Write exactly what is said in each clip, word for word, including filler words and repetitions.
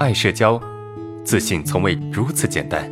爱社交，自信从未如此简单。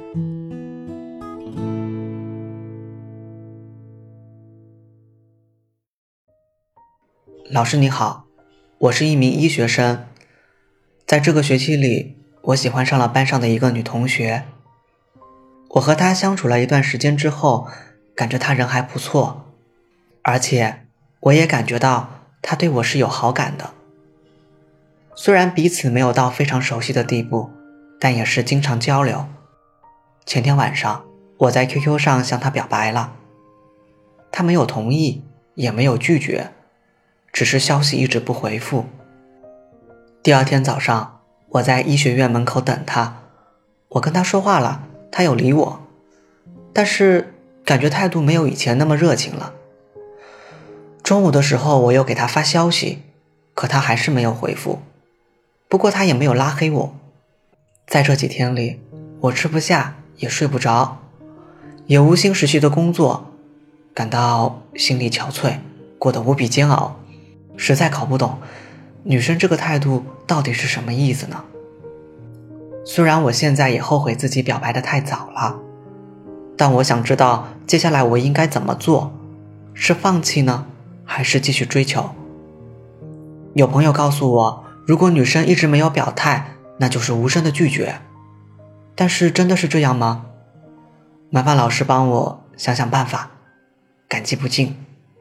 老师你好，我是一名医学生。在这个学期里，我喜欢上了班上的一个女同学。我和她相处了一段时间之后，感觉她人还不错，而且我也感觉到她对我是有好感的。虽然彼此没有到非常熟悉的地步，但也是经常交流。前天晚上，我在 Q Q 上向她表白了，她没有同意，也没有拒绝，只是消息一直不回复。第二天早上，我在医学院门口等她，我跟她说话了，她有理我，但是感觉态度没有以前那么热情了。中午的时候我又给她发消息，可她还是没有回复，不过她也没有拉黑我。在这几天里，我吃不下也睡不着，也无心实习的工作，感到心力憔悴，过得无比煎熬，实在搞不懂女生这个态度到底是什么意思呢？虽然我现在也后悔自己表白得太早了，但我想知道接下来我应该怎么做，是放弃呢，还是继续追求？有朋友告诉我，如果女生一直没有表态，那就是无声的拒绝。但是真的是这样吗？麻烦老师帮我想想办法，感激不尽。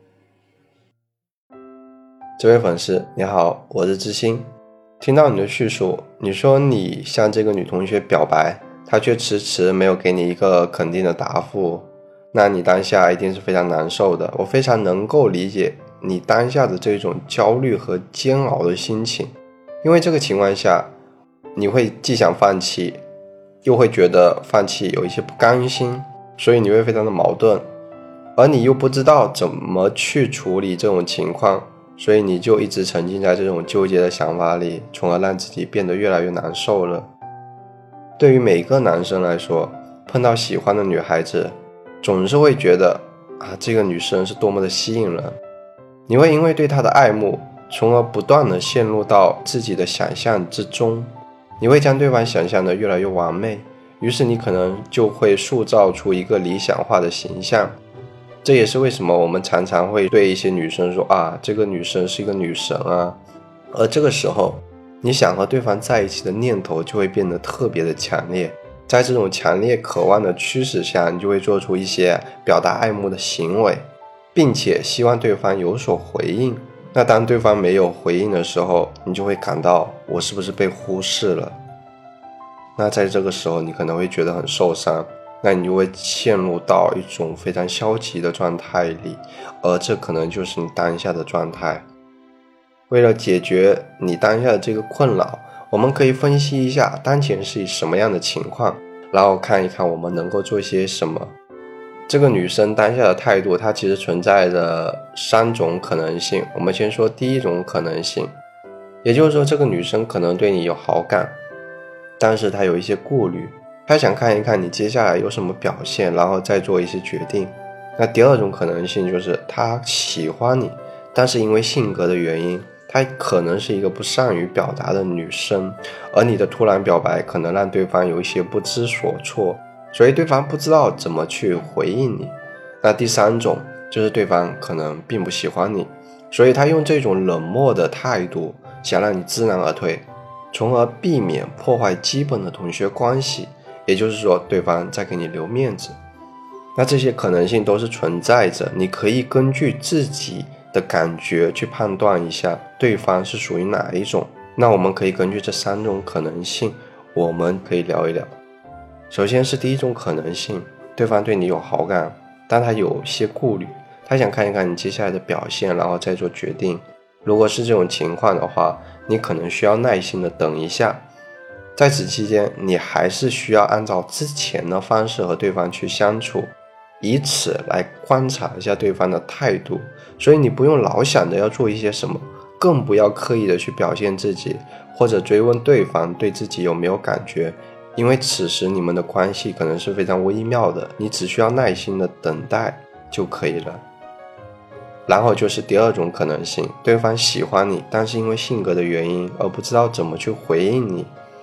这位粉丝你好，我是知心。听到你的叙述，你说你向这个女同学表白，她却迟迟没有给你一个肯定的答复，那你当下一定是非常难受的。我非常能够理解你当下的这种焦虑和煎熬的心情，因为这个情况下你会既想放弃，又会觉得放弃有一些不甘心，所以你会非常的矛盾，而你又不知道怎么去处理这种情况，所以你就一直沉浸在这种纠结的想法里，从而让自己变得越来越难受了。对于每个男生来说，碰到喜欢的女孩子，总是会觉得啊，这个女生是多么的吸引人，你会因为对她的爱慕，从而不断的陷入到自己的想象之中，你会将对方想象的越来越完美，于是你可能就会塑造出一个理想化的形象。这也是为什么我们常常会对一些女生说啊，这个女生是一个女神啊，而这个时候你想和对方在一起的念头就会变得特别的强烈，在这种强烈渴望的驱使下，你就会做出一些表达爱慕的行为，并且希望对方有所回应。那当对方没有回应的时候，你就会感到我是不是被忽视了。那在这个时候你可能会觉得很受伤，那你就会陷入到一种非常消极的状态里，而这可能就是你当下的状态。为了解决你当下的这个困扰，我们可以分析一下当前是以什么样的情况，然后看一看我们能够做些什么。这个女生当下的态度，它其实存在着三种可能性。我们先说第一种可能性，也就是说这个女生可能对你有好感，但是她有一些顾虑，她想看一看你接下来有什么表现，然后再做一些决定。那第二种可能性就是她喜欢你，但是因为性格的原因，她可能是一个不善于表达的女生，而你的突然表白可能让对方有一些不知所措，所以对方不知道怎么去回应你。那第三种就是对方可能并不喜欢你，所以他用这种冷漠的态度想让你知难而退，从而避免破坏基本的同学关系，也就是说对方在给你留面子。那这些可能性都是存在着，你可以根据自己的感觉去判断一下对方是属于哪一种。那我们可以根据这三种可能性，我们可以聊一聊。首先是第一种可能性，对方对你有好感，但他有些顾虑，他想看一看你接下来的表现，然后再做决定。如果是这种情况的话，你可能需要耐心的等一下，在此期间你还是需要按照之前的方式和对方去相处，以此来观察一下对方的态度。所以你不用老想着要做一些什么，更不要刻意的去表现自己，或者追问对方对自己有没有感觉，因为此时你们的关系可能是非常微妙的，你只需要耐心的等待就可以了。然后就是第二种可能性，对方喜欢你，但是因为性格的原因而不知道怎么去回应你。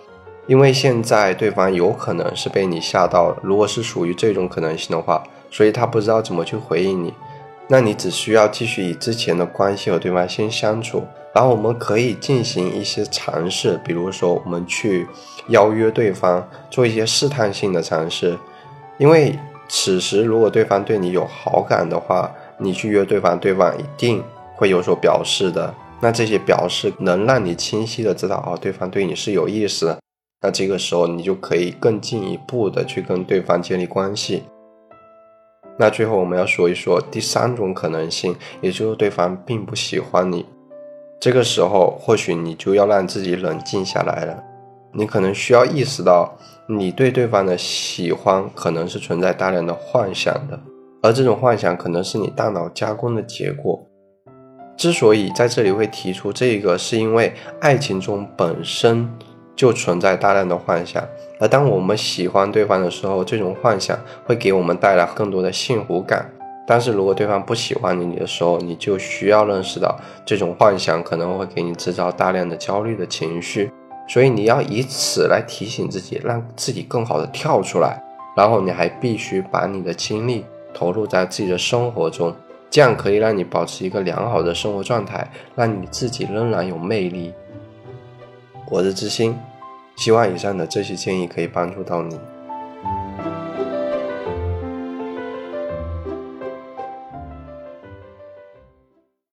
因为现在对方有可能是被你吓到了，如果是属于这种可能性的话，所以他不知道怎么去回应你，那你只需要继续以之前的关系和对方先相处，然后我们可以进行一些尝试，比如说我们去邀约对方，做一些试探性的尝试。因为此时如果对方对你有好感的话，你去约对方，对方一定会有所表示的，那这些表示能让你清晰的知道哦，对方对你是有意思的，那这个时候你就可以更进一步的去跟对方建立关系。那最后我们要说一说第三种可能性，也就是对方并不喜欢你。这个时候或许你就要让自己冷静下来了，你可能需要意识到你对对方的喜欢可能是存在大量的幻想的，而这种幻想可能是你大脑加工的结果。之所以在这里会提出这个，是因为爱情中本身就存在大量的幻想，而当我们喜欢对方的时候，这种幻想会给我们带来更多的幸福感。但是如果对方不喜欢你的时候，你就需要认识到这种幻想可能会给你制造大量的焦虑的情绪，所以你要以此来提醒自己，让自己更好的跳出来，然后你还必须把你的精力投入在自己的生活中，这样可以让你保持一个良好的生活状态，让你自己仍然有魅力。我是知心，希望以上的这些建议可以帮助到你。